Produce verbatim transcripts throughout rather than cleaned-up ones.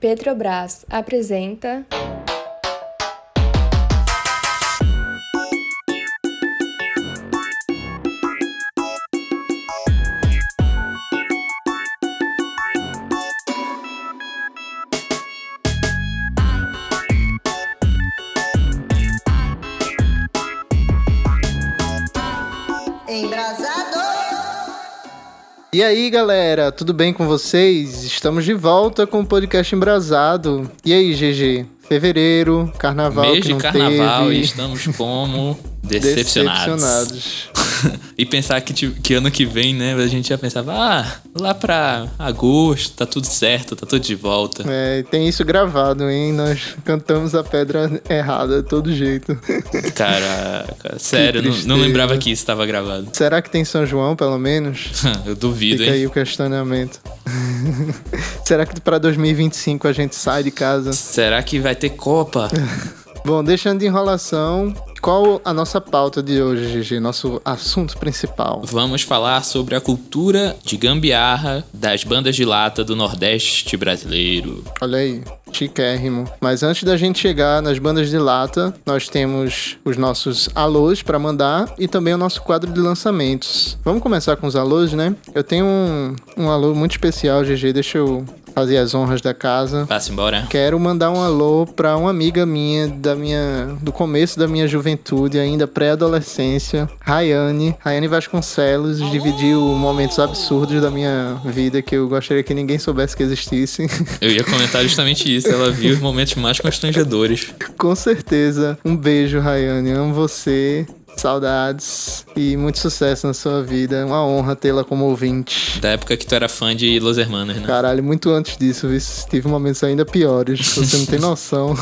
Petrobras apresenta... Embrasado! E aí, galera, tudo bem com vocês? Estamos de volta com o podcast Embrasado. E aí, G G? Fevereiro, carnaval Mês que não de carnaval teve. E estamos como decepcionados. Decepcionados. E pensar que, que ano que vem, né, a gente já pensava, ah, lá pra agosto, tá tudo certo, tá tudo de volta. É, tem isso gravado, hein? Nós cantamos a pedra errada de todo jeito. Caraca, sério, não, não lembrava que isso estava gravado. Será que tem São João, pelo menos? Eu duvido, Fica hein? aí o questionamento. Será que pra dois mil e vinte e cinco a gente sai de casa? Será que vai ter Copa? Bom, deixando de enrolação, qual a nossa pauta de hoje, G G? Nosso assunto principal? Vamos falar sobre a cultura de gambiarra das bandas de lata do Nordeste brasileiro. Olha aí, chiquérrimo. Mas antes da gente chegar nas bandas de lata, nós temos os nossos alôs pra mandar e também o nosso quadro de lançamentos. Vamos começar com os alôs, né? Eu tenho um, um alô muito especial, G G, deixa eu fazer as honras da casa. Passa embora. Quero mandar um alô pra uma amiga minha, da minha do começo da minha juventude, ainda pré-adolescência, Rayane. Rayane Vasconcelos dividiu momentos absurdos da minha vida que eu gostaria que ninguém soubesse que existissem. Eu ia comentar justamente isso. Ela viu os momentos mais constrangedores. Com certeza. Um beijo, Rayane. Amo você. Saudades e muito sucesso na sua vida. É uma honra tê-la como ouvinte. Da época que tu era fã de Los Hermanos, né? Caralho, muito antes disso, viu? Tive momentos ainda piores. Você não tem noção.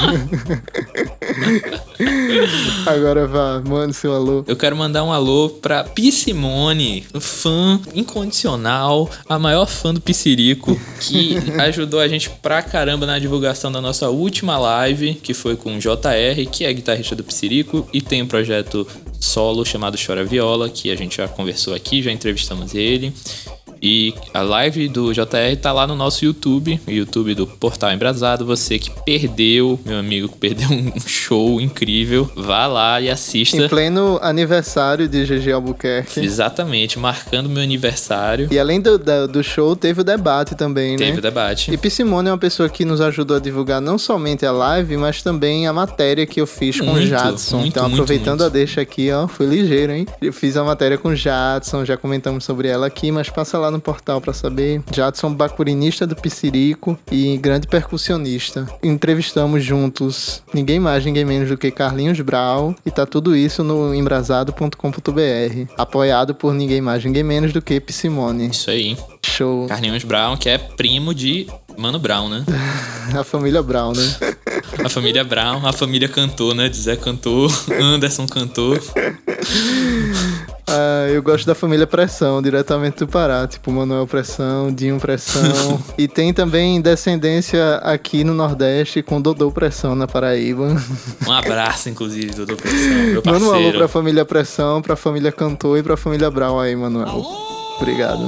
Agora vá, manda seu alô. Eu quero mandar um alô pra Pi Simone, fã incondicional, a maior fã do Pissirico, que ajudou a gente pra caramba na divulgação da nossa última live, que foi com o J R, que é guitarrista do Pissirico e tem um projeto solo chamado Chora Viola, que a gente já conversou aqui, já entrevistamos ele. E a live do J R tá lá no nosso YouTube, o YouTube do Portal Embrasado. Você que perdeu, meu amigo, que perdeu um show incrível, vá lá e assista. Em pleno aniversário de G G Albuquerque. Exatamente, marcando meu aniversário. E além do, do, do show, teve o debate também, Teve né? o debate. E Pi Simone é uma pessoa que nos ajudou a divulgar não somente a live, mas também a matéria que eu fiz com Muito, o Jadson. muito, então, muito, aproveitando muito. a deixa aqui, ó, fui ligeiro, hein? Eu fiz a matéria com o Jadson, já comentamos sobre ela aqui, mas passa lá no portal pra saber. Jadson, bacurinista do Pissirico e grande percussionista. Entrevistamos juntos ninguém mais, ninguém menos do que Carlinhos Brau, e tá tudo isso no embrasado ponto com ponto b r, apoiado por ninguém mais, ninguém menos do que Pi Simone. Isso aí. Show. Carlinhos Brown, que é primo de Mano Brown, né? A família Brown, né? A família Brown, a família cantor, né? Zé cantor, Anderson cantor. Ah, eu gosto da família Pressão, diretamente do Pará. Tipo, Manuel Pressão, Dinho Pressão. E tem também descendência aqui no Nordeste com Dodô Pressão, na Paraíba. Um abraço, inclusive, Dodô Pressão, meu Manda um alô parceiro. pra família Pressão, pra família Cantor e pra família Brown aí, Manuel. Obrigado.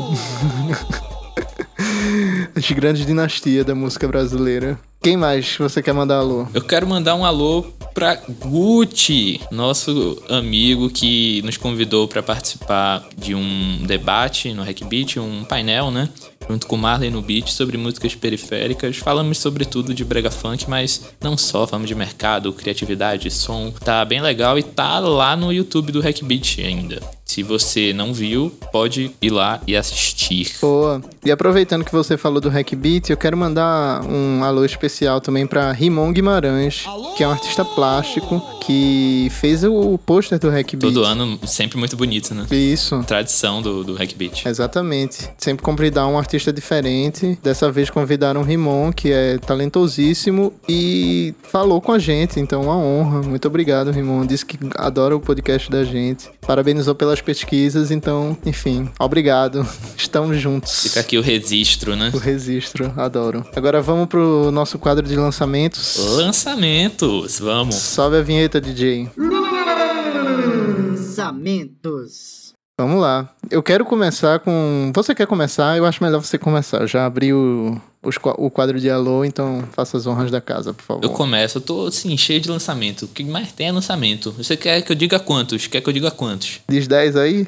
As grandes dinastias da música brasileira. Quem mais você quer mandar alô? Eu quero mandar um alô pra Gucci, nosso amigo que nos convidou para participar de um debate no Hackbeat, um painel, né? Junto com Marley no Beat, sobre músicas periféricas. Falamos sobretudo de brega funk, mas não só, falamos de mercado, criatividade, som. Tá bem legal e tá lá no YouTube do Hackbeat ainda. Se você não viu, pode ir lá e assistir. Boa. E aproveitando que você falou do Hackbeat, eu quero mandar um alô especial também pra Rimon Guimarães, que é um artista plástico que fez o pôster do Hackbeat. Todo ano, sempre muito bonito, né? Isso. Tradição do, do Hackbeat. Exatamente. Sempre convidar um artista diferente. Dessa vez convidaram o Rimon, que é talentosíssimo e falou com a gente. Então, uma honra. Muito obrigado, Rimon. Disse que adora o podcast da gente. Parabenizou pelas pesquisas. Então, enfim, obrigado. Estamos juntos. Fica aqui o registro, né? O registro. Adoro. Agora vamos pro nosso quadro de lançamentos. Lançamentos, vamos. Sobe a vinheta, D J. Lançamentos. Vamos lá. Eu quero começar com... Você quer começar? Eu acho melhor você começar. Eu já abri o, os, o quadro de alô, então faça as honras da casa, por favor. Eu começo. Eu tô, assim, cheio de lançamento. O que mais tem é lançamento. Você quer que eu diga quantos? Quer que eu diga quantos? Diz dez aí?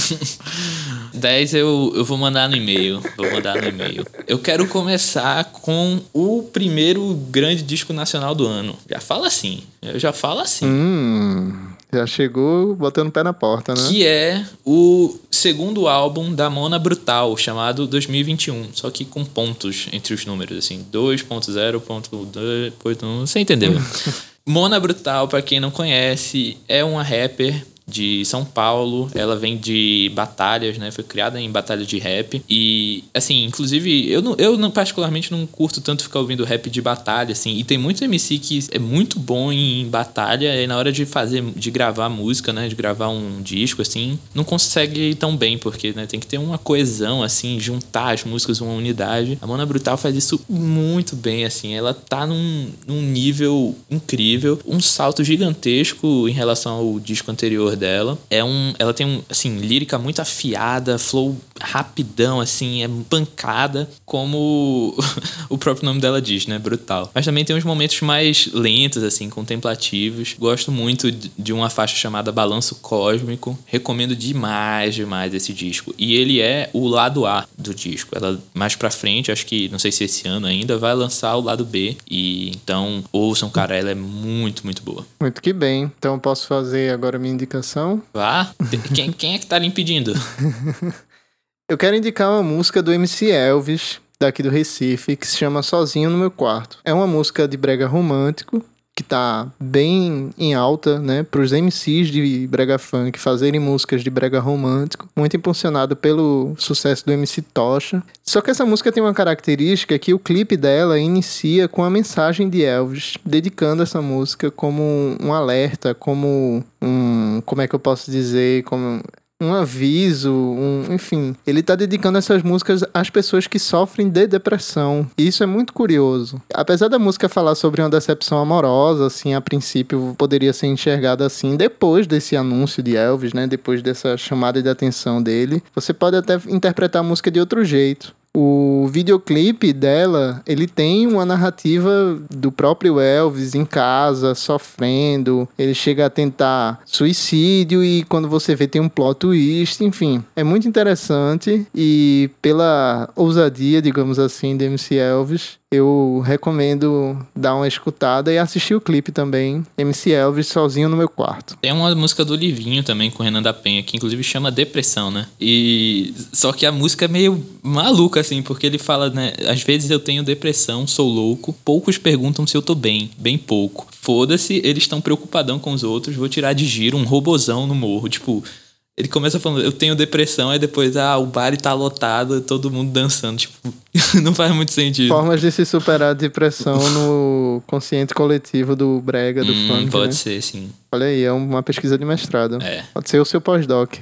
dez eu, eu vou mandar no e-mail. Vou mandar no e-mail. Eu quero começar com o primeiro grande disco nacional do ano. Já fala assim. Eu já falo assim. Hum... Já chegou botando o pé na porta, né? Que é o segundo álbum da Mona Brutal, chamado dois mil e vinte e um. Só que com pontos entre os números, assim. dois ponto zero ponto dois... Você entendeu? Mona Brutal, pra quem não conhece, é uma rapper de São Paulo. Ela vem de batalhas, né? Foi criada em batalha de rap. E, assim, inclusive, eu, não, eu não, particularmente não curto tanto ficar ouvindo rap de batalha, assim. E tem muito M C que é muito bom em batalha. E na hora de fazer, de gravar música, né? De gravar um disco, assim, não consegue ir tão bem, porque, né, tem que ter uma coesão, assim, juntar as músicas, uma unidade. A Mona Brutal faz isso muito bem, assim. Ela tá num, num nível incrível. Um salto gigantesco em relação ao disco anterior dela. É um, ela tem, um, assim, lírica muito afiada, flow rapidão, assim, é pancada, como o próprio nome dela diz, né? Brutal. Mas também tem uns momentos mais lentos, assim, contemplativos. Gosto muito de uma faixa chamada Balanço Cósmico. Recomendo demais, demais esse disco. E ele é o lado A do disco. Ela, mais pra frente, acho que, não sei se esse ano ainda, vai lançar o lado B. E então, ouçam, cara, ela é muito, muito boa. Muito que bem. Então, posso fazer agora a minha indicação? Vá? Quem, quem é que tá lhe impedindo? Eu quero indicar uma música do M C Elvis, daqui do Recife, que se chama Sozinho no Meu Quarto. É uma música de brega romântico, que tá bem em alta, né, pros M Cs de brega funk fazerem músicas de brega romântico, muito impulsionado pelo sucesso do M C Tocha. Só que essa música tem uma característica que o clipe dela inicia com a mensagem de Elvis, dedicando essa música como um alerta, como um, como é que eu posso dizer, como um aviso, um, enfim. Ele tá dedicando essas músicas às pessoas que sofrem de depressão. E isso é muito curioso. Apesar da música falar sobre uma decepção amorosa, assim, a princípio poderia ser enxergada assim, depois desse anúncio de Elvis, né? Depois dessa chamada de atenção dele, você pode até interpretar a música de outro jeito. O videoclipe dela, ele tem uma narrativa do próprio Elvis em casa, sofrendo. Ele chega a tentar suicídio e quando você vê tem um plot twist, enfim. É muito interessante e pela ousadia, digamos assim, de M C Elvis, eu recomendo dar uma escutada e assistir o clipe também. M C Elvis, Sozinho no Meu Quarto. Tem uma música do Livinho também, com o Renan da Penha, que inclusive chama Depressão, né? E... Só que a música é meio maluca, assim, porque ele fala, né? Às vezes eu tenho depressão, sou louco, poucos perguntam se eu tô bem, bem pouco. Foda-se, eles estão preocupadão com os outros, vou tirar de giro um robozão no morro, tipo... Ele começa falando, eu tenho depressão, aí depois, ah, o bar tá lotado, todo mundo dançando, tipo, não faz muito sentido. Formas de se superar a depressão no consciente coletivo do brega, do hum, funk, pode né? ser, sim. Olha aí, é uma pesquisa de mestrado. É. Pode ser o seu pós-doc.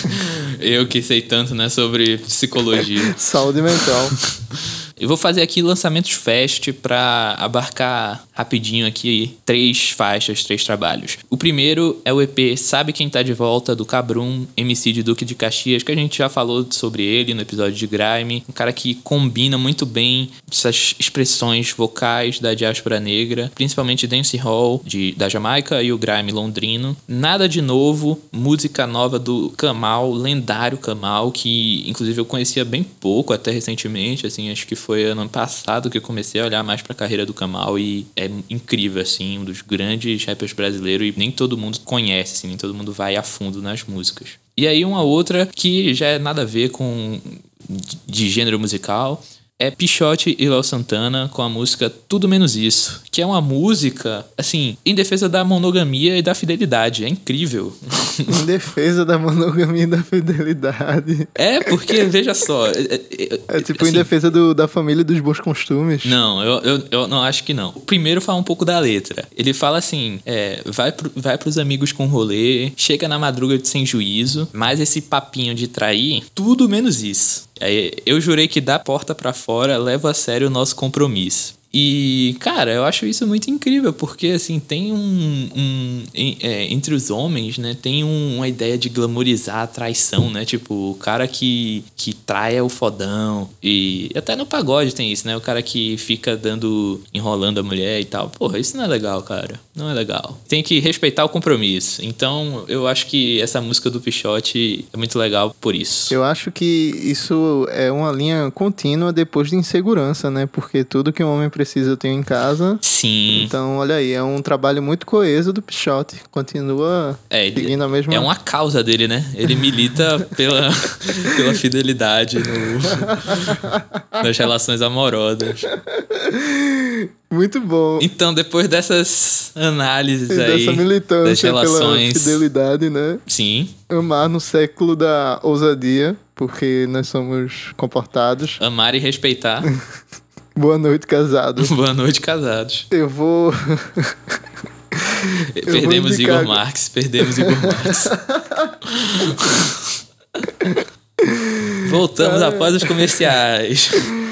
Eu que sei tanto, né, sobre psicologia. Saúde mental. Eu vou fazer aqui lançamentos fest pra abarcar rapidinho aqui três faixas, três trabalhos. O primeiro é o E P Sabe Quem Tá de Volta, do Cabrum, M C de Duque de Caxias, que a gente já falou sobre ele no episódio de Grime. Um cara que combina muito bem essas expressões vocais da diáspora negra, principalmente dancehall de, da Jamaica e o Grime londrino. Nada de novo, música nova do Kamal, lendário Kamal, que inclusive eu conhecia bem pouco até recentemente, assim, acho que foi ano passado que eu comecei a olhar mais pra carreira do Kamal e é incrível, assim, um dos grandes rappers brasileiros e nem todo mundo conhece, assim, nem todo mundo vai a fundo nas músicas. E aí uma outra que já é nada a ver com de gênero musical é Pixote e Léo Santana com a música Tudo Menos Isso, que é uma música, assim, em defesa da monogamia e da fidelidade. É incrível. Em defesa da monogamia e da fidelidade. É, porque, veja só... É, é, é tipo assim, em defesa do, da família e dos bons costumes. Não, eu, eu, eu não acho que não. Primeiro fala um pouco da letra. Ele fala assim, é, vai, pro, vai pros amigos com rolê, chega na madruga de sem juízo, mas esse papinho de trair, tudo menos isso. Aí, eu jurei que da porta pra fora levo a sério o nosso compromisso. E, cara, eu acho isso muito incrível, porque, assim, tem um... um é, entre os homens, né, tem um, uma ideia de glamorizar a traição, né? Tipo, o cara que, que trai é o fodão. E até no pagode tem isso, né? O cara que fica dando... enrolando a mulher e tal. Porra, isso não é legal, cara. Não é legal. Tem que respeitar o compromisso. Então, eu acho que essa música do Pixote é muito legal por isso. Eu acho que isso é uma linha contínua depois de insegurança, né? Porque tudo que um homem precisa eu tenho em casa. Sim. Então, olha aí, é um trabalho muito coeso do Pixote. Continua é, ele, seguindo a mesma... É uma causa dele, né? Ele milita pela, pela fidelidade no, nas relações amorosas. Muito bom. Então, depois dessas análises e aí... dessa militância das relações... pela fidelidade, né? Sim. Amar no século da ousadia, porque nós somos comportados. Amar e respeitar. Boa noite, casados. Boa noite, casados. Eu vou... Eu perdemos indicar... Igor Marques. Perdemos Igor Marques. Voltamos ah. após os comerciais.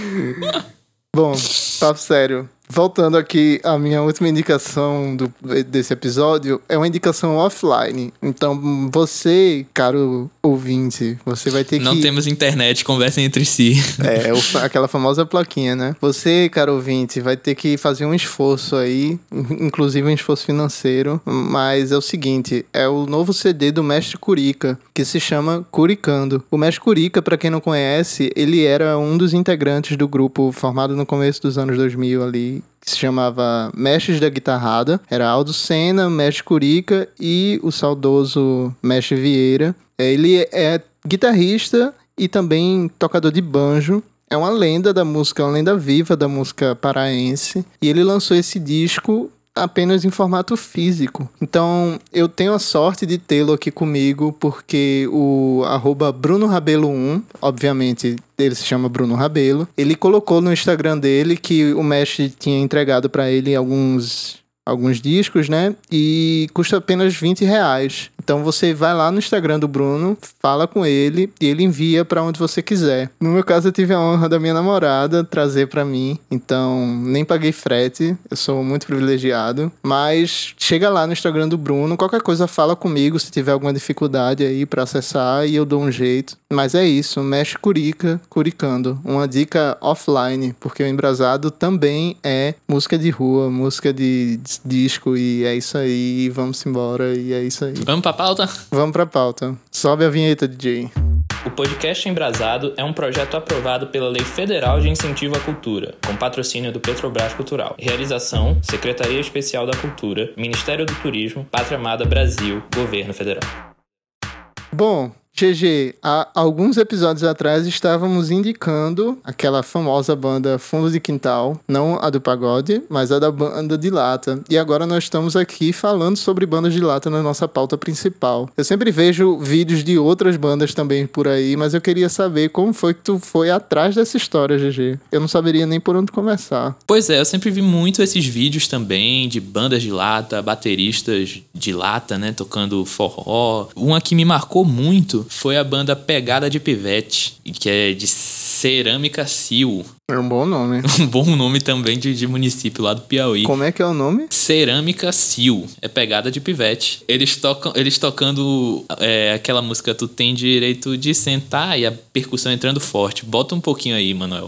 Bom, papo sério. Voltando aqui, a minha última indicação do, desse episódio é uma indicação offline. Então, você, caro ouvinte, você vai ter Não que... Não temos internet, conversem entre si. É, o, aquela famosa plaquinha, né? Você, caro ouvinte, vai ter que fazer um esforço aí, inclusive um esforço financeiro, mas é o seguinte, é o novo C D do Mestre Curica, que se chama Curicando. O Mestre Curica, pra quem não conhece, ele era um dos integrantes do grupo formado no começo dos anos dois mil ali, que se chamava Mestres da Guitarrada. Era Aldo Senna, Mestre Curica e o saudoso Mestre Vieira. Ele é guitarrista e também tocador de banjo. É uma lenda da música, uma lenda viva da música paraense. E ele lançou esse disco apenas em formato físico. Então, eu tenho a sorte de tê-lo aqui comigo, porque o arroba Bruno Rabelo um, obviamente, ele se chama Bruno Rabelo, ele colocou no Instagram dele que o mestre tinha entregado para ele alguns... alguns discos, né? E custa apenas vinte reais. Então você vai lá no Instagram do Bruno, fala com ele e ele envia pra onde você quiser. No meu caso, eu tive a honra da minha namorada trazer pra mim. Então, nem paguei frete. Eu sou muito privilegiado. Mas chega lá no Instagram do Bruno. Qualquer coisa, fala comigo se tiver alguma dificuldade aí pra acessar e eu dou um jeito. Mas é isso. Mexe Curica, Curicando. Uma dica offline, porque o Embrasado também é música de rua, música de disco, e é isso aí, vamos embora, e é isso aí. Vamos pra pauta? Vamos pra pauta. Sobe a vinheta, D J. O podcast Embrasado é um projeto aprovado pela Lei Federal de Incentivo à Cultura, com patrocínio do Petrobras Cultural. Realização, Secretaria Especial da Cultura, Ministério do Turismo, Pátria Amada Brasil, Governo Federal. Bom... G G, há alguns episódios atrás estávamos indicando aquela famosa banda Fundo de Quintal, não a do pagode, mas a da banda de lata. E agora nós estamos aqui falando sobre bandas de lata na nossa pauta principal. Eu sempre vejo vídeos de outras bandas também por aí, mas eu queria saber como foi que tu foi atrás dessa história, G G. Eu não saberia nem por onde começar. Pois é, eu sempre vi muito esses vídeos também de bandas de lata, bateristas de lata, né, tocando forró. Uma que me marcou muito foi a banda Pegada de Pivete, que é de Cerâmica Sil. É um bom nome. Um bom nome também de, de município lá do Piauí. Como é que é o nome? Cerâmica Sil. É Pegada de Pivete. Eles tocam, eles tocando é, aquela música Tu Tem Direito de Sentar e a percussão entrando forte. Bota um pouquinho aí, Manuel.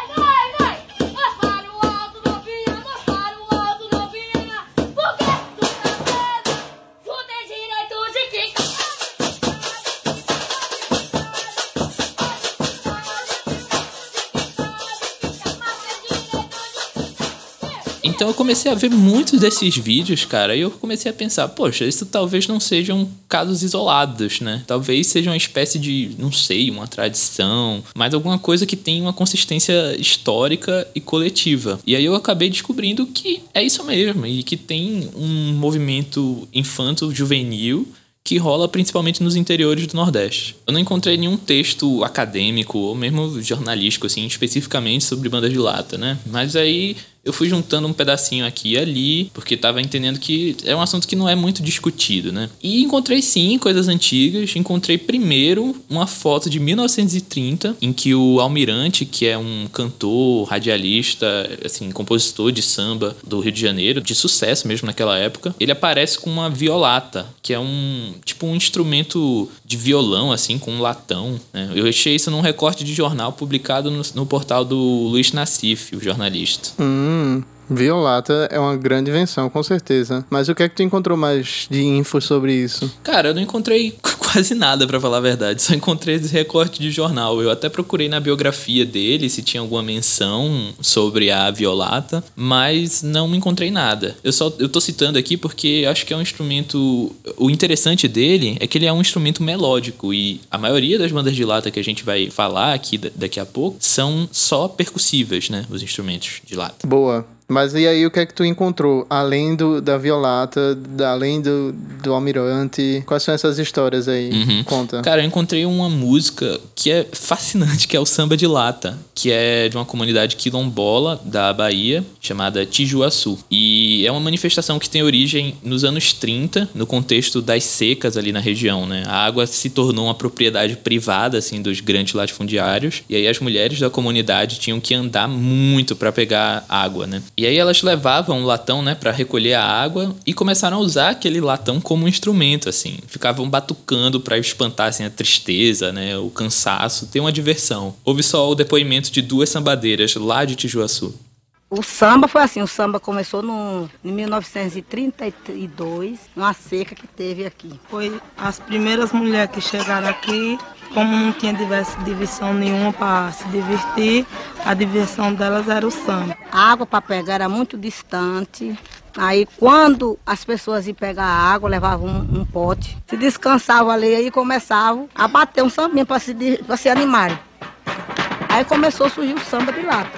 Então eu comecei a ver muitos desses vídeos, cara, e eu comecei a pensar, poxa, isso talvez não sejam casos isolados, né? Talvez seja uma espécie de, não sei, uma tradição, mas alguma coisa que tem uma consistência histórica e coletiva. E aí eu acabei descobrindo que é isso mesmo, e que tem um movimento infanto-juvenil que rola principalmente nos interiores do Nordeste. Eu não encontrei nenhum texto acadêmico ou mesmo jornalístico, assim, especificamente sobre bandas de lata, né? Mas aí eu fui juntando um pedacinho aqui e ali, porque tava entendendo que é um assunto que não é muito discutido, né? E encontrei sim coisas antigas. Encontrei primeiro uma foto de mil novecentos e trinta, em que o Almirante, que é um cantor, radialista, assim, compositor de samba do Rio de Janeiro, de sucesso mesmo naquela época, ele aparece com uma violata, que é um tipo um instrumento de violão, assim, com um latão, né? Eu achei isso num recorte de jornal publicado no, no portal do Luiz Nassif, o jornalista. Hum... Violata é uma grande invenção, com certeza. Mas o que é que tu encontrou mais de info sobre isso? Cara, eu não encontrei quase nada, pra falar a verdade. Só encontrei esse recorte de jornal. Eu até procurei na biografia dele se tinha alguma menção sobre a violata, mas não encontrei nada. Eu só eu tô citando aqui porque acho que é um instrumento... O interessante dele é que ele é um instrumento melódico e a maioria das bandas de lata que a gente vai falar aqui daqui a pouco são só percussivas, né? Os instrumentos de lata. Boa. Mas e aí, o que é que tu encontrou? Além do, da violata, da, além do, do almirante, quais são essas histórias aí? Uhum. Conta. Cara, eu encontrei uma música que é fascinante, que é o Samba de Lata, que é de uma comunidade quilombola da Bahia, chamada Tijuaçu. E é uma manifestação que tem origem nos anos trinta, no contexto das secas ali na região, né? A água se tornou uma propriedade privada, assim, dos grandes latifundiários, e aí as mulheres da comunidade tinham que andar muito para pegar água, né? E aí elas levavam um latão, né, pra recolher a água e começaram a usar aquele latão como instrumento, assim. Ficavam batucando pra espantar, assim, a tristeza, né, o cansaço, ter uma diversão. Houve só o depoimento de duas sambadeiras lá de Tijuaçu. O samba foi assim, o samba começou no, em mil novecentos e trinta e dois, numa seca que teve aqui. Foi as primeiras mulheres que chegaram aqui, como não tinha divisão nenhuma para se divertir, a diversão delas era o samba. A água para pegar era muito distante. Aí quando as pessoas iam pegar a água, levavam um, um pote, se descansavam ali e começavam a bater um sambinha para se, pra se animarem. Aí começou a surgir o samba de lata.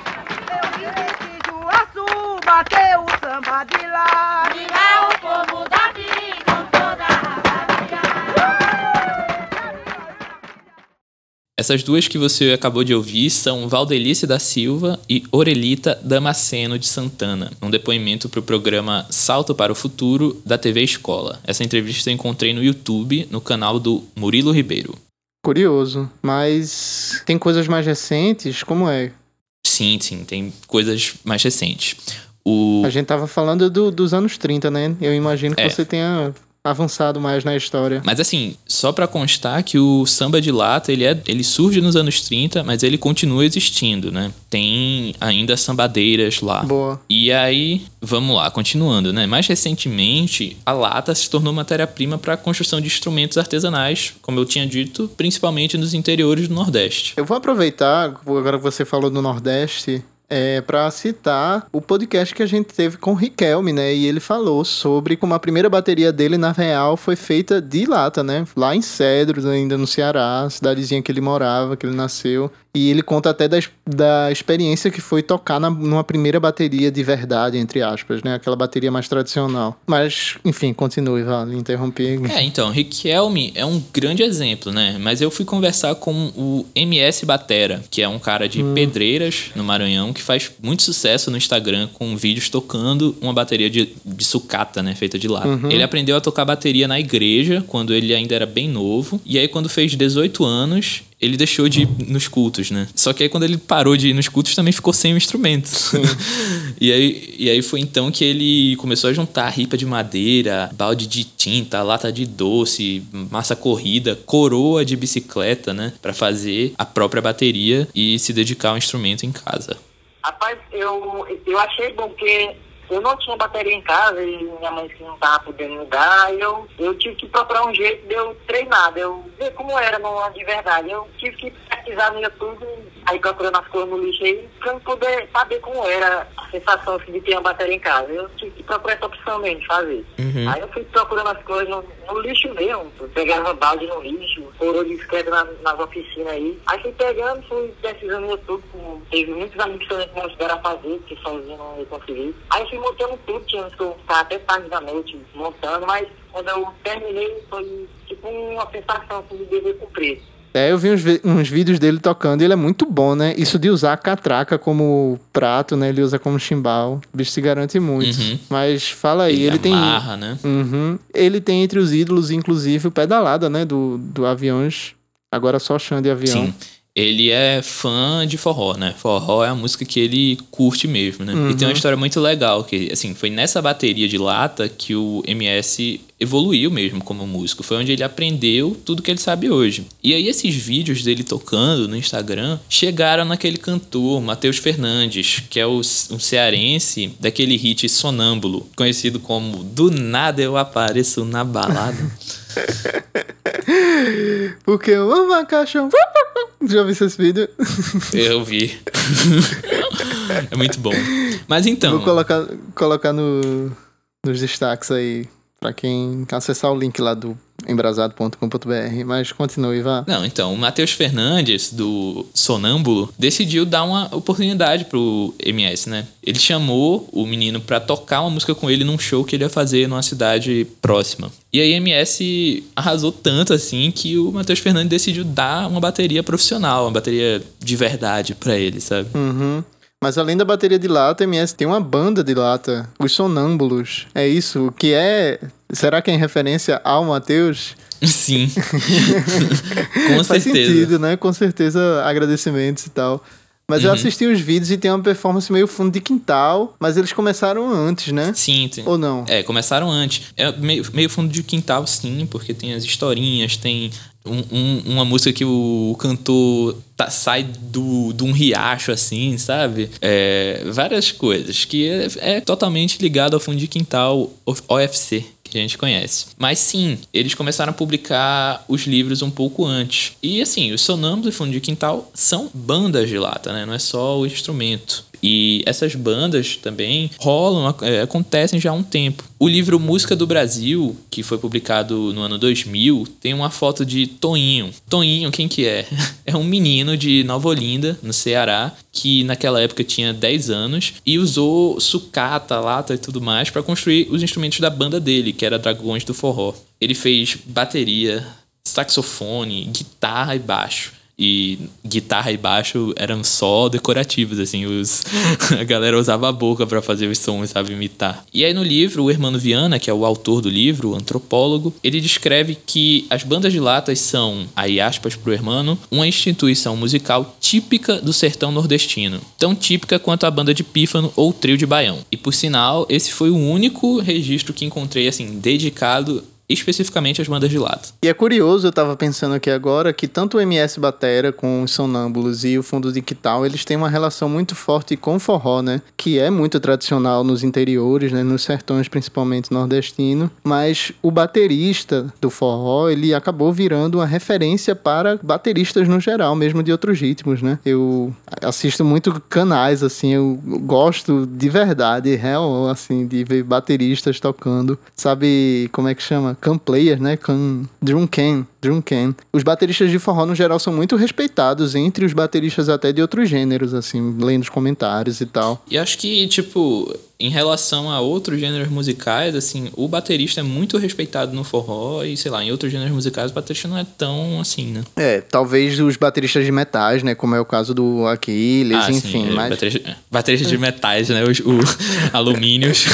Bateu o samba de lá, de lá o povo daqui com toda a Essas duas que você acabou de ouvir são Valdelice da Silva e Orelita Damasceno de Santana, um depoimento para o programa Salto para o Futuro da T V Escola. Essa entrevista eu encontrei no YouTube, no canal do Murilo Ribeiro. Curioso, mas tem coisas mais recentes? Como é? Sim, sim, tem coisas mais recentes. O... A gente tava falando do, dos anos trinta, né? Eu imagino que é. você tenha avançado mais na história. Mas assim, só pra constar que o samba de lata, ele, é, ele surge nos anos trinta, mas ele continua existindo, né? Tem ainda sambadeiras lá. Boa. E aí, vamos lá, continuando, né? Mais recentemente, a lata se tornou matéria-prima para a construção de instrumentos artesanais, como eu tinha dito, principalmente nos interiores do Nordeste. Eu vou aproveitar, agora que você falou do Nordeste... É, para citar o podcast que a gente teve com o Riquelme, né? E ele falou sobre como a primeira bateria dele, na real, foi feita de lata, né? Lá em Cedros, ainda no Ceará, cidadezinha que ele morava, que ele nasceu. E ele conta até da, da experiência que foi tocar na, numa primeira bateria de verdade, entre aspas, né? Aquela bateria mais tradicional. Mas, enfim, continue, vale, interrompi. É, então, Riquelme é um grande exemplo, né? Mas eu fui conversar com o M S Batera, que é um cara de hum. Pedreiras, no Maranhão, que faz muito sucesso no Instagram com vídeos tocando uma bateria de, de sucata, né? Feita de lata. Uhum. Ele aprendeu a tocar bateria na igreja, quando ele ainda era bem novo. E aí, quando fez dezoito anos... ele deixou de ir nos cultos, né? Só que aí quando ele parou de ir nos cultos, também ficou sem o instrumento. e, aí, e aí foi então que ele começou a juntar ripa de madeira, balde de tinta, lata de doce, massa corrida, coroa de bicicleta, né? Pra fazer a própria bateria e se dedicar ao instrumento em casa. Rapaz, eu, eu achei bom porque... eu não tinha bateria em casa e minha mãe não estava podendo me dar. Eu, eu tive que procurar um jeito de eu treinar, de eu ver como era no, de verdade. Eu tive que pesquisar no YouTube, aí procurando as coisas no lixo aí, pra eu poder saber como era a sensação assim, de ter uma bateria em casa. Eu tive que procurar essa opção mesmo de fazer. Uhum. Aí eu fui procurando as coisas no, no lixo mesmo. Eu pegava balde no lixo, coroa de bicicleta na, nas oficinas aí. Aí fui pegando, fui pesquisando no YouTube. Com, teve muitos amigos que me ajudaram a fazer, que sozinho não ia conseguir. Aí fui montando tudo, tinha que eu ficar até tarde da noite montando, mas quando eu terminei foi tipo uma sensação assim, de dever cumprir. É, eu vi uns, vi- uns vídeos dele tocando e ele é muito bom, né? Isso de usar a catraca como prato, né? Ele usa como chimbal. O bicho se garante muito. Uhum. Mas fala aí, Ele, ele, tem... amarra, né? Uhum. Ele tem entre os ídolos, inclusive, o Pedalada, né? Do, do Aviões. Agora só Xande Avião. Sim. Ele é fã de forró, né? Forró é a música que ele curte mesmo, né? Uhum. E tem uma história muito legal, que, assim, foi nessa bateria de lata que o M S evoluiu mesmo como músico. Foi onde ele aprendeu tudo que ele sabe hoje. E aí esses vídeos dele tocando no Instagram chegaram naquele cantor, Matheus Fernandes, que é o, um cearense daquele hit Sonâmbulo, conhecido como Do Nada Eu Apareço na Balada. Porque eu amo a caixão. Já viu esse vídeo? Eu vi. É muito bom. Mas então... Vou colocar, colocar no, nos destaques aí, pra quem acessar o link lá do embrasado ponto com ponto b r. Mas continue, vá. Não, então, o Matheus Fernandes, do Sonâmbulo, decidiu dar uma oportunidade pro M S, né? Ele chamou o menino pra tocar uma música com ele num show que ele ia fazer numa cidade próxima. E aí M S arrasou tanto assim que o Matheus Fernandes decidiu dar uma bateria profissional, uma bateria de verdade pra ele, sabe? Uhum. Mas além da bateria de lata, a M S tem uma banda de lata, os Sonâmbulos. É isso, o que é... Será que é em referência ao Matheus? Sim. Com Faz certeza. sentido, né? Com certeza, agradecimentos e tal. Mas Uhum. eu assisti os vídeos e tem uma performance meio fundo de quintal, mas eles começaram antes, né? Sim, tem. Ou não? É, começaram antes. É meio, meio fundo de quintal, sim, porque tem as historinhas, tem um, um- uma música que o cantor tá- sai do, de um riacho, assim, sabe? É, várias coisas, que é, é totalmente ligado ao fundo de quintal O F C. Que a gente conhece. Mas sim, eles começaram a publicar os livros um pouco antes. E assim, os Sonâmbulos e Fundo de Quintal são bandas de lata, né? Não é só o instrumento. E essas bandas também rolam, é, acontecem já há um tempo. O livro Música do Brasil, que foi publicado no ano dois mil, tem uma foto de Toinho. Toinho, quem que é? É um menino de Nova Olinda, no Ceará, que naquela época tinha dez anos e usou sucata, lata e tudo mais para construir os instrumentos da banda dele, que era Dragões do Forró. Ele fez bateria, saxofone, guitarra e baixo. E guitarra e baixo eram só decorativos, assim, os... a galera usava a boca pra fazer os sons, sabe, imitar. E aí no livro, o Hermano Viana, que é o autor do livro, o antropólogo, ele descreve que as bandas de latas são, aí aspas pro Hermano, uma instituição musical típica do sertão nordestino, tão típica quanto a banda de pífano ou trio de baião. E por sinal, esse foi o único registro que encontrei, assim, dedicado especificamente às bandas de lata. E é curioso, eu tava pensando aqui agora, que tanto o M S Batera com os Sonâmbulos e o Fundo de Quintal, eles têm uma relação muito forte com o forró, né? Que é muito tradicional nos interiores, né? Nos sertões, principalmente nordestino. Mas o baterista do forró, ele acabou virando uma referência para bateristas no geral, mesmo de outros ritmos, né? Eu assisto muito canais, assim, eu gosto de verdade, real, assim, de ver bateristas tocando. Sabe como é que chama? Can player, né? Can... Drum can. Drum can. Os bateristas de forró, no geral, são muito respeitados entre os bateristas até de outros gêneros, assim, lendo os comentários e tal. E acho que, tipo, em relação a outros gêneros musicais, assim, o baterista é muito respeitado no forró e, sei lá, em outros gêneros musicais o baterista não é tão assim, né? É, talvez os bateristas de metais, né? Como é o caso do Aquiles, Ah, enfim. sim, mas... baterista, baterista de metais, né? Os, o, alumínios.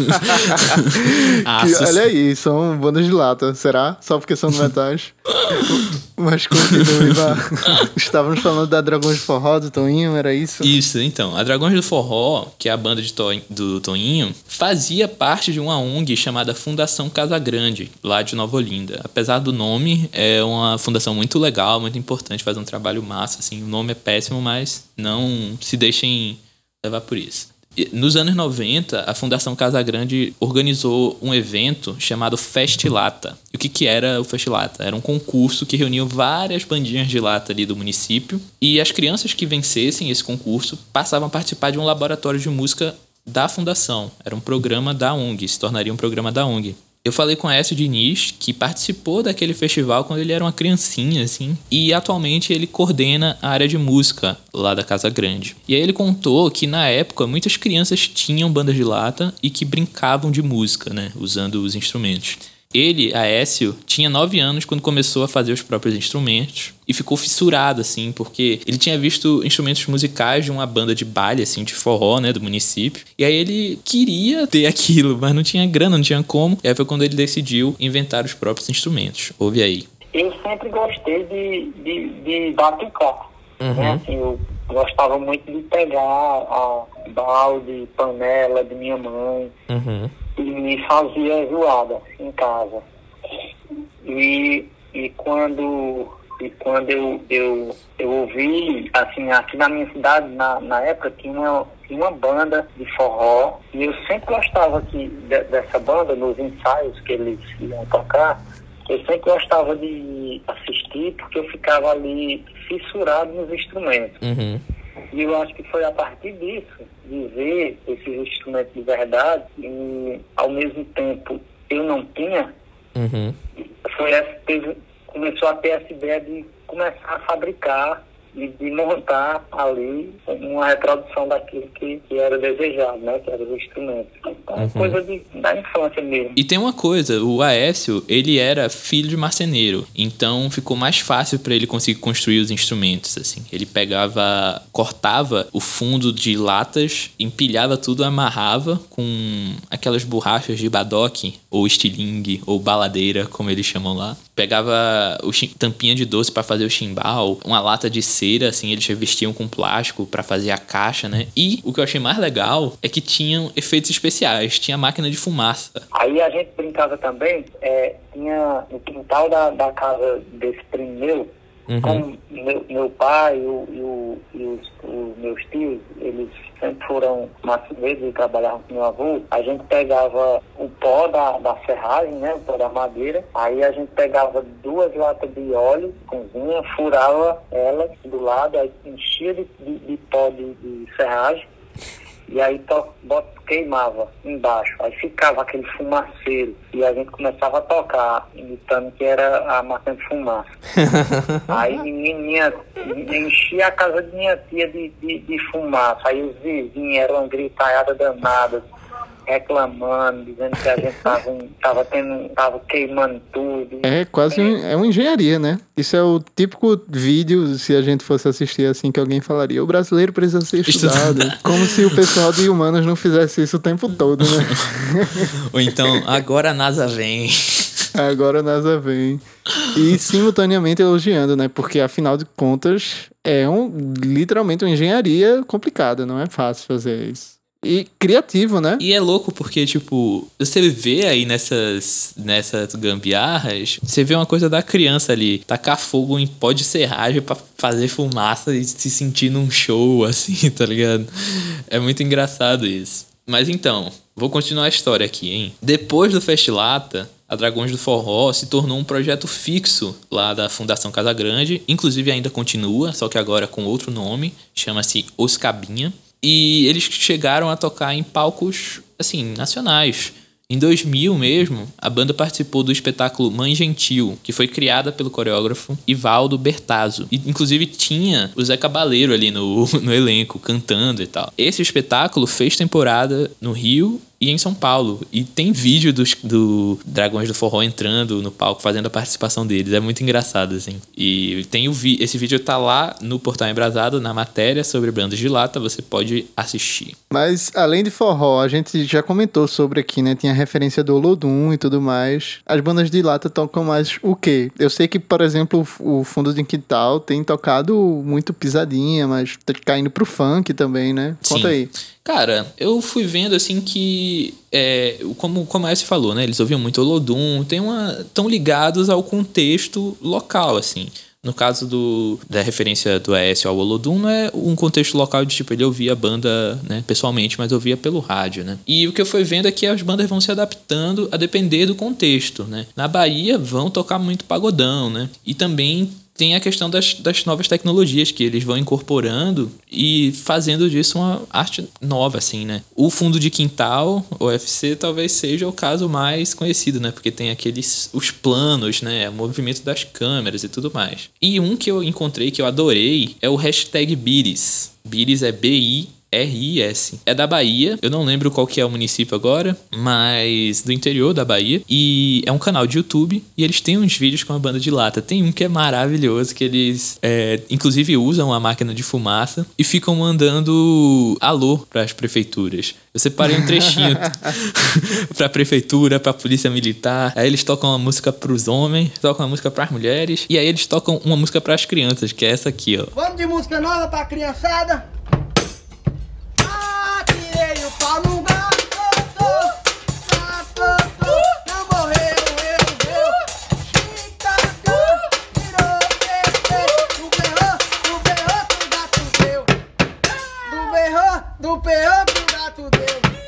Que, Aços. olha aí, são bandas de lata, será? Só porque são de metais? Mas continue, vá. Estávamos falando da Dragões de Forró, do Toinho, era isso? Isso, então. A Dragões do Forró, que é a banda de to- do Toinho, fazia parte de uma O N G chamada Fundação Casa Grande, lá de Nova Olinda. Apesar do nome, é uma fundação muito legal, muito importante, faz um trabalho massa, assim. O nome é péssimo, mas não se deixem levar por isso. E nos anos noventa, a Fundação Casa Grande organizou um evento chamado Festilata. E o que, que era o Festilata? Era um concurso que reunia várias bandinhas de lata ali do município. E as crianças que vencessem esse concurso passavam a participar de um laboratório de música da Fundação. Era um programa da O N G, se tornaria um programa da O N G. Eu falei com Écio Diniz, que participou daquele festival quando ele era uma criancinha, assim. E atualmente ele coordena a área de música lá da Casa Grande. E aí ele contou que na época muitas crianças tinham bandas de lata e que brincavam de música, né? Usando os instrumentos. Ele, Aécio, tinha nove anos quando começou a fazer os próprios instrumentos e ficou fissurado, assim, porque ele tinha visto instrumentos musicais de uma banda de baile, assim, de forró, né, do município. E aí ele queria ter aquilo, mas não tinha grana, não tinha como. E aí foi quando ele decidiu inventar os próprios instrumentos. Ouve aí. Eu sempre gostei de, de, de batucar. Uhum. Né? Assim, eu gostava muito de pegar a balde, panela de minha mãe. Uhum. E me fazia zoada em casa. E, e quando, e quando eu, eu, eu ouvi, assim, aqui na minha cidade, na, na época, tinha uma, tinha uma banda de forró. E eu sempre gostava que, de, dessa banda, nos ensaios que eles iam tocar. Eu sempre gostava de assistir, porque eu ficava ali fissurado nos instrumentos. Uhum. E eu acho que foi a partir disso, de ver esses instrumentos de verdade, e ao mesmo tempo eu não tinha, uhum. foi essa, teve, começou a ter essa ideia de começar a fabricar e de montar ali uma reprodução daquilo que, que era desejado, né? Que era o instrumento. Então, uhum. coisa de, da infância mesmo. E tem uma coisa, o Aécio, ele era filho de marceneiro, então ficou mais fácil para ele conseguir construir os instrumentos, assim. Ele pegava, cortava o fundo de latas, empilhava tudo, amarrava com aquelas borrachas de badoque, ou estilingue, ou baladeira, como eles chamam lá. Pegava o chim, tampinha de doce para fazer o chimbal, uma lata de cera, assim, eles revestiam com plástico para fazer a caixa, né? E o que eu achei mais legal é que tinham efeitos especiais, tinha máquina de fumaça. Aí a gente brincava também, é, tinha no quintal da, da casa desse primo meu, uhum. como meu, meu pai o, e, o, e os, os meus tios, eles sempre foram marceneiros e trabalhavam com meu avô, a gente pegava o pó da, da serragem, né, o pó da madeira, aí a gente pegava duas latas de óleo, cozinha, furava elas do lado, aí enchia de, de, de pó de, de serragem, e aí to, bot, queimava embaixo, aí ficava aquele fumaceiro, e a gente começava a tocar, imitando que era a máquina de fumaça. Aí minha, enchia a casa de minha tia de, de, de fumaça, aí os vizinhos eram uma gritalhada danada, reclamando, dizendo que a gente tava, tava, tendo, tava queimando tudo. É quase um, é uma engenharia, né? Isso é o típico vídeo, se a gente fosse assistir assim, que alguém falaria, o brasileiro precisa ser estudado. Como se o pessoal de humanas não fizesse isso o tempo todo, né? Ou então, agora a NASA vem. Agora a NASA vem. E simultaneamente elogiando, né? Porque afinal de contas é um, literalmente uma engenharia complicada, não é fácil fazer isso. E criativo, né? E é louco porque, tipo, você vê aí nessas, nessas gambiarras, você vê uma coisa da criança ali, tacar fogo em pó de serragem pra fazer fumaça e se sentir num show, assim, tá ligado? É muito engraçado isso. Mas então, vou continuar a história aqui, hein? Depois do Festilata, a Dragões do Forró se tornou um projeto fixo lá da Fundação Casa Grande, inclusive ainda continua, só que agora com outro nome, chama-se Os Cabinha. E eles chegaram a tocar em palcos, assim, nacionais. Em dois mil mesmo, a banda participou do espetáculo Mãe Gentil, que foi criada pelo coreógrafo Ivaldo Bertazzo. E, inclusive, tinha o Zé Cabaleiro ali no, no elenco, cantando e tal. Esse espetáculo fez temporada no Rio e em São Paulo. E tem vídeo dos, do Dragões do Forró entrando no palco, fazendo a participação deles. É muito engraçado, assim. E tem o vi- esse vídeo tá lá no Portal Embrasado, na matéria sobre bandas de lata, você pode assistir. Mas, além de forró, a gente já comentou sobre aqui, né? Tinha referência do Olodum e tudo mais. As bandas de lata tocam mais o quê? Eu sei que, por exemplo, o Fundo de Quintal tem tocado muito pisadinha, mas tá caindo pro funk também, né? Conta Sim. aí. Cara, eu fui vendo assim que, é, como, como a Aécio falou, né? Eles ouviam muito Olodum, tem uma, tão ligados ao contexto local, assim. No caso do, da referência do Aécio ao Olodum, não é um contexto local de tipo, ele ouvia a banda, né, pessoalmente, mas ouvia pelo rádio, né? E o que eu fui vendo é que as bandas vão se adaptando a depender do contexto, né? Na Bahia vão tocar muito pagodão, né? E também tem a questão das, das novas tecnologias que eles vão incorporando e fazendo disso uma arte nova, assim, né? O Fundo de Quintal, o U F C, talvez seja o caso mais conhecido, né? Porque tem aqueles, os planos, né? O movimento das câmeras e tudo mais. E um que eu encontrei que eu adorei é o hashtag Biris. Biris é B I R I S. É da Bahia, eu não lembro qual que é o município agora, mas do interior da Bahia. E é um canal de YouTube e eles têm uns vídeos com a banda de lata. Tem um que é maravilhoso, que eles é, inclusive usam a máquina de fumaça e ficam mandando alô para as prefeituras. Eu separei um trechinho pra prefeitura, pra polícia militar. Aí eles tocam uma música pros homens, tocam uma música pras mulheres. E aí eles tocam uma música pras crianças, que é essa aqui, ó. Vamos de música nova pra criançada? Ah, tirei o pau no gato. Ah, tô, tô, não morreu, eu, eu. Chicago, tirou, do berrou, do berrou pro gato deu. Do berrou, do berrou pro gato deu.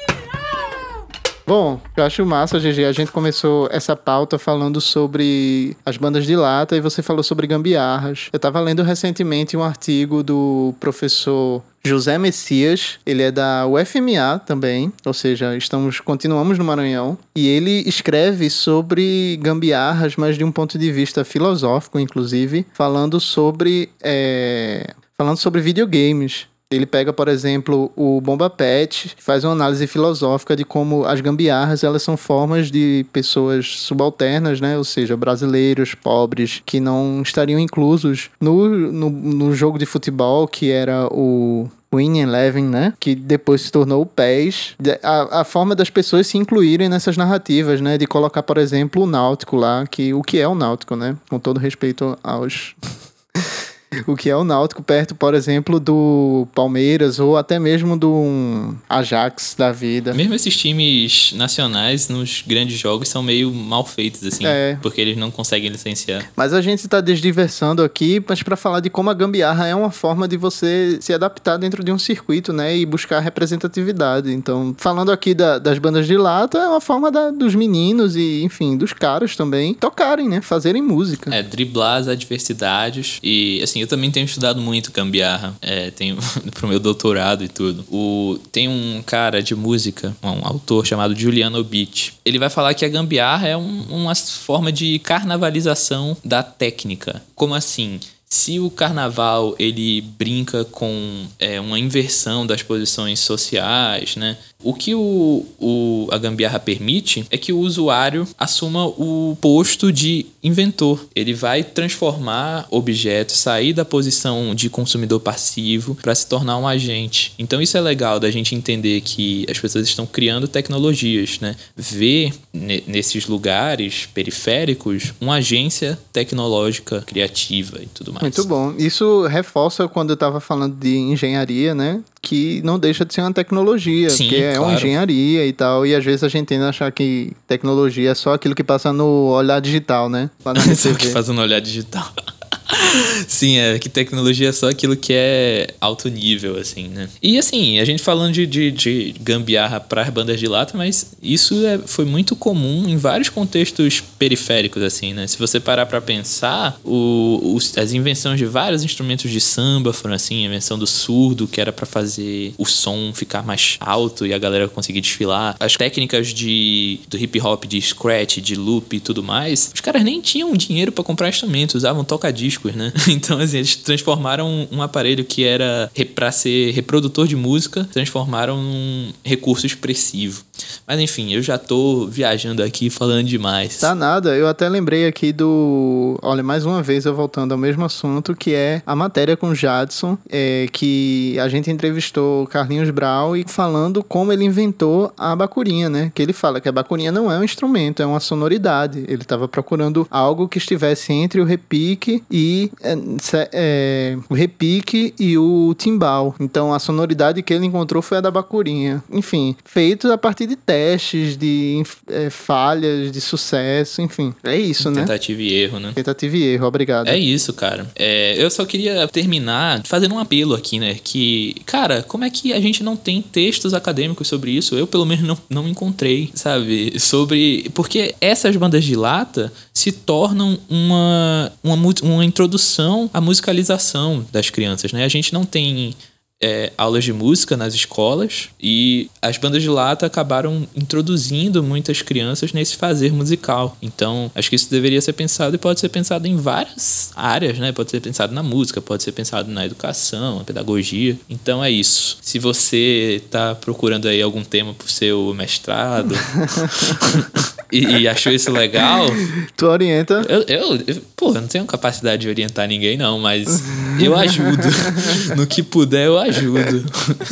Bom, eu acho massa, G G. A gente começou essa pauta falando sobre as bandas de lata e você falou sobre gambiarras. Eu tava lendo recentemente um artigo do professor José Messias, ele é da U F M A também, ou seja, estamos, continuamos no Maranhão, e ele escreve sobre gambiarras, mas de um ponto de vista filosófico, inclusive, falando sobre, é, falando sobre videogames. Ele pega, por exemplo, o Bomba Pet, faz uma análise filosófica de como as gambiarras elas são formas de pessoas subalternas, né? Ou seja, brasileiros, pobres, que não estariam inclusos no, no, no jogo de futebol, que era o Winning Eleven, né? Que depois se tornou o P E S. A, a forma das pessoas se incluírem nessas narrativas, né? De colocar, por exemplo, o Náutico lá, que o que é o Náutico, né? Com todo respeito aos... O que é o Náutico perto, por exemplo, do Palmeiras ou até mesmo do um Ajax da vida. Mesmo esses times nacionais nos grandes jogos são meio mal feitos, assim, é. Porque eles não conseguem licenciar. Mas a gente tá desdiversando aqui, mas para falar de como a gambiarra é uma forma de você se adaptar dentro de um circuito, né, e buscar representatividade. Então, falando aqui da, das bandas de lata, é uma forma da, dos meninos e, enfim, dos caras também tocarem, né, fazerem música. É, driblar as adversidades e, assim, eu também tenho estudado muito gambiarra, é, tenho pro meu doutorado e tudo. O, tem um cara de música, um autor chamado Juliano Beach. Ele vai falar que a gambiarra é um, uma forma de carnavalização da técnica. Como assim? Se o carnaval ele brinca com é, uma inversão das posições sociais, né? O que o, o, a gambiarra permite é que o usuário assuma o posto de inventor. Ele vai transformar objetos, sair da posição de consumidor passivo para se tornar um agente. Então isso é legal da gente entender que as pessoas estão criando tecnologias, né? Ver ne- nesses lugares periféricos uma agência tecnológica criativa e tudo mais. Muito bom. Isso reforça quando eu estava falando de engenharia, né? Que não deixa de ser uma tecnologia, Sim, que é claro. uma engenharia e tal, e às vezes a gente tende a achar que tecnologia é só aquilo que passa no olhar digital, né? Lá na Só que faz no olhar digital. Sim, é que tecnologia é só aquilo que é alto nível, assim, né? E assim, a gente falando de, de, de gambiarra para as bandas de lata, mas isso é, foi muito comum em vários contextos periféricos, assim, né? Se você parar para pensar, o, os, as invenções de vários instrumentos de samba foram assim, a invenção do surdo, que era para fazer o som ficar mais alto e a galera conseguir desfilar. As técnicas de, do hip hop, de scratch, de loop e tudo mais, os caras nem tinham dinheiro para comprar instrumentos, usavam toca-discos, né? Então, assim, eles transformaram um aparelho que era para ser reprodutor de música, transformaram num recurso expressivo. Mas, enfim, eu já tô viajando aqui falando demais. Tá nada, eu até lembrei aqui do... Olha, mais uma vez eu voltando ao mesmo assunto, que é a matéria com Jadson, é, que a gente entrevistou Carlinhos Brau e falando como ele inventou a bacurinha, né? Que ele fala que a bacurinha não é um instrumento, é uma sonoridade. Ele estava procurando algo que estivesse entre o repique e... É, é, o repique e o timbal. Então, a sonoridade que ele encontrou foi a da bacurinha. Enfim, feito a partir de testes, de é, falhas, de sucesso, enfim. É isso, né? Tentativa e erro, né? Tentativa e erro, obrigado. É isso, cara. É, eu só queria terminar fazendo um apelo aqui, né? Que, cara, como é que a gente não tem textos acadêmicos sobre isso? Eu, pelo menos, não, não encontrei, sabe? Sobre... Porque essas bandas de lata se tornam uma, uma, uma introdução à musicalização das crianças, né? A gente não tem... é, aulas de música nas escolas, e as bandas de lata acabaram introduzindo muitas crianças nesse fazer musical. Então, acho que isso deveria ser pensado, e pode ser pensado em várias áreas, né? Pode ser pensado na música, pode ser pensado na educação, na pedagogia. Então é isso. Se você tá procurando aí algum tema pro seu mestrado e, e achou isso legal... Tu orienta? Eu, eu, eu, porra, não tenho capacidade de orientar ninguém não, mas eu ajudo. No que puder, eu ajudo.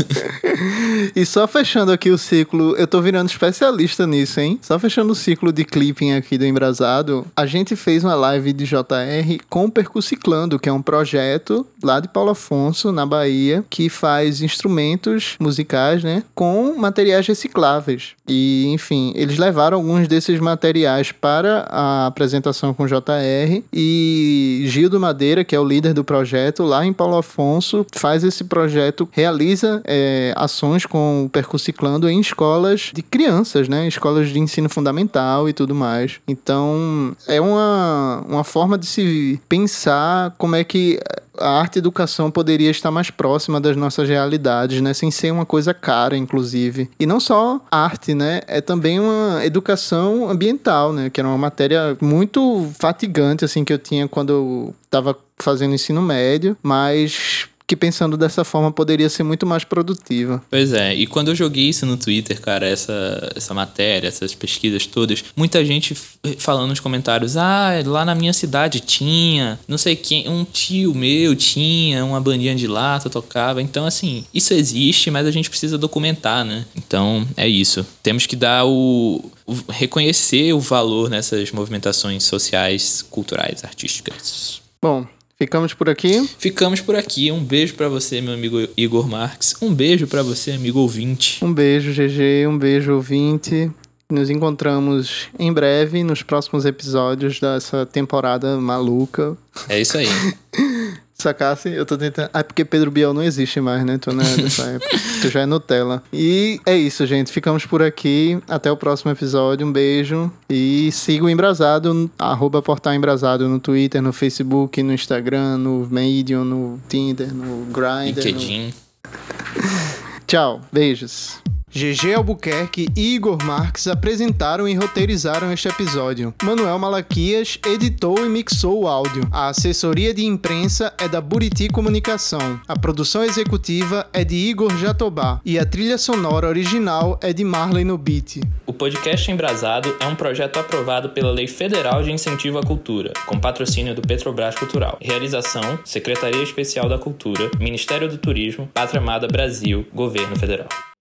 E só fechando aqui o ciclo, eu tô virando especialista nisso, hein? Só fechando o ciclo de clipping aqui do Embrasado, a gente fez uma live de J R com o Percussiclando, que é um projeto lá de Paulo Afonso, na Bahia, que faz instrumentos musicais, né? Com materiais recicláveis. E, enfim, eles levaram alguns desses materiais para a apresentação com J R, e Gildo Madeira, que é o líder do projeto, lá em Paulo Afonso, faz esse projeto, realiza é, ações com o Percussiclando em escolas de crianças, né? Escolas de ensino fundamental e tudo mais. Então, é uma, uma forma de se pensar como é que a arte e educação poderia estar mais próxima das nossas realidades, né? Sem ser uma coisa cara, inclusive. E não só arte, né? É também uma educação ambiental, né? Que era uma matéria muito fatigante, assim, que eu tinha quando eu estava fazendo ensino médio, mas que pensando dessa forma poderia ser muito mais produtiva. Pois é, e quando eu joguei isso no Twitter, cara, essa, essa matéria, essas pesquisas todas, muita gente falando nos comentários, ah, lá na minha cidade tinha, não sei quem, um tio meu tinha uma bandinha de lata, tocava. Então, assim, isso existe, mas a gente precisa documentar, né? Então, é isso. Temos que dar o... o reconhecer o valor nessas movimentações sociais, culturais, artísticas. Bom, ficamos por aqui? Ficamos por aqui. Um beijo pra você, meu amigo Igor Marques. Um beijo pra você, amigo ouvinte. Um beijo, G G. Um beijo, ouvinte. Nos encontramos em breve nos próximos episódios dessa temporada maluca. É isso aí. Sacasse? Eu tô tentando... Ah, porque Pedro Bial não existe mais, né? Tu não é dessa época. Tu já é Nutella. E é isso, gente. Ficamos por aqui. Até o próximo episódio. Um beijo. E siga o Embrasado, arroba Portal Embrasado no Twitter, no Facebook, no Instagram, no Medium, no Tinder, no Grindr. LinkedIn. No... Tchau. Beijos. G G Albuquerque e Igor Marques apresentaram e roteirizaram este episódio. Manuel Malaquias editou e mixou o áudio. A assessoria de imprensa é da Buriti Comunicação. A produção executiva é de Igor Jatobá. E a trilha sonora original é de Marley no Beat. O podcast Embrasado é um projeto aprovado pela Lei Federal de Incentivo à Cultura, com patrocínio do Petrobras Cultural. Realização: Secretaria Especial da Cultura, Ministério do Turismo, Pátria Amada Brasil, Governo Federal.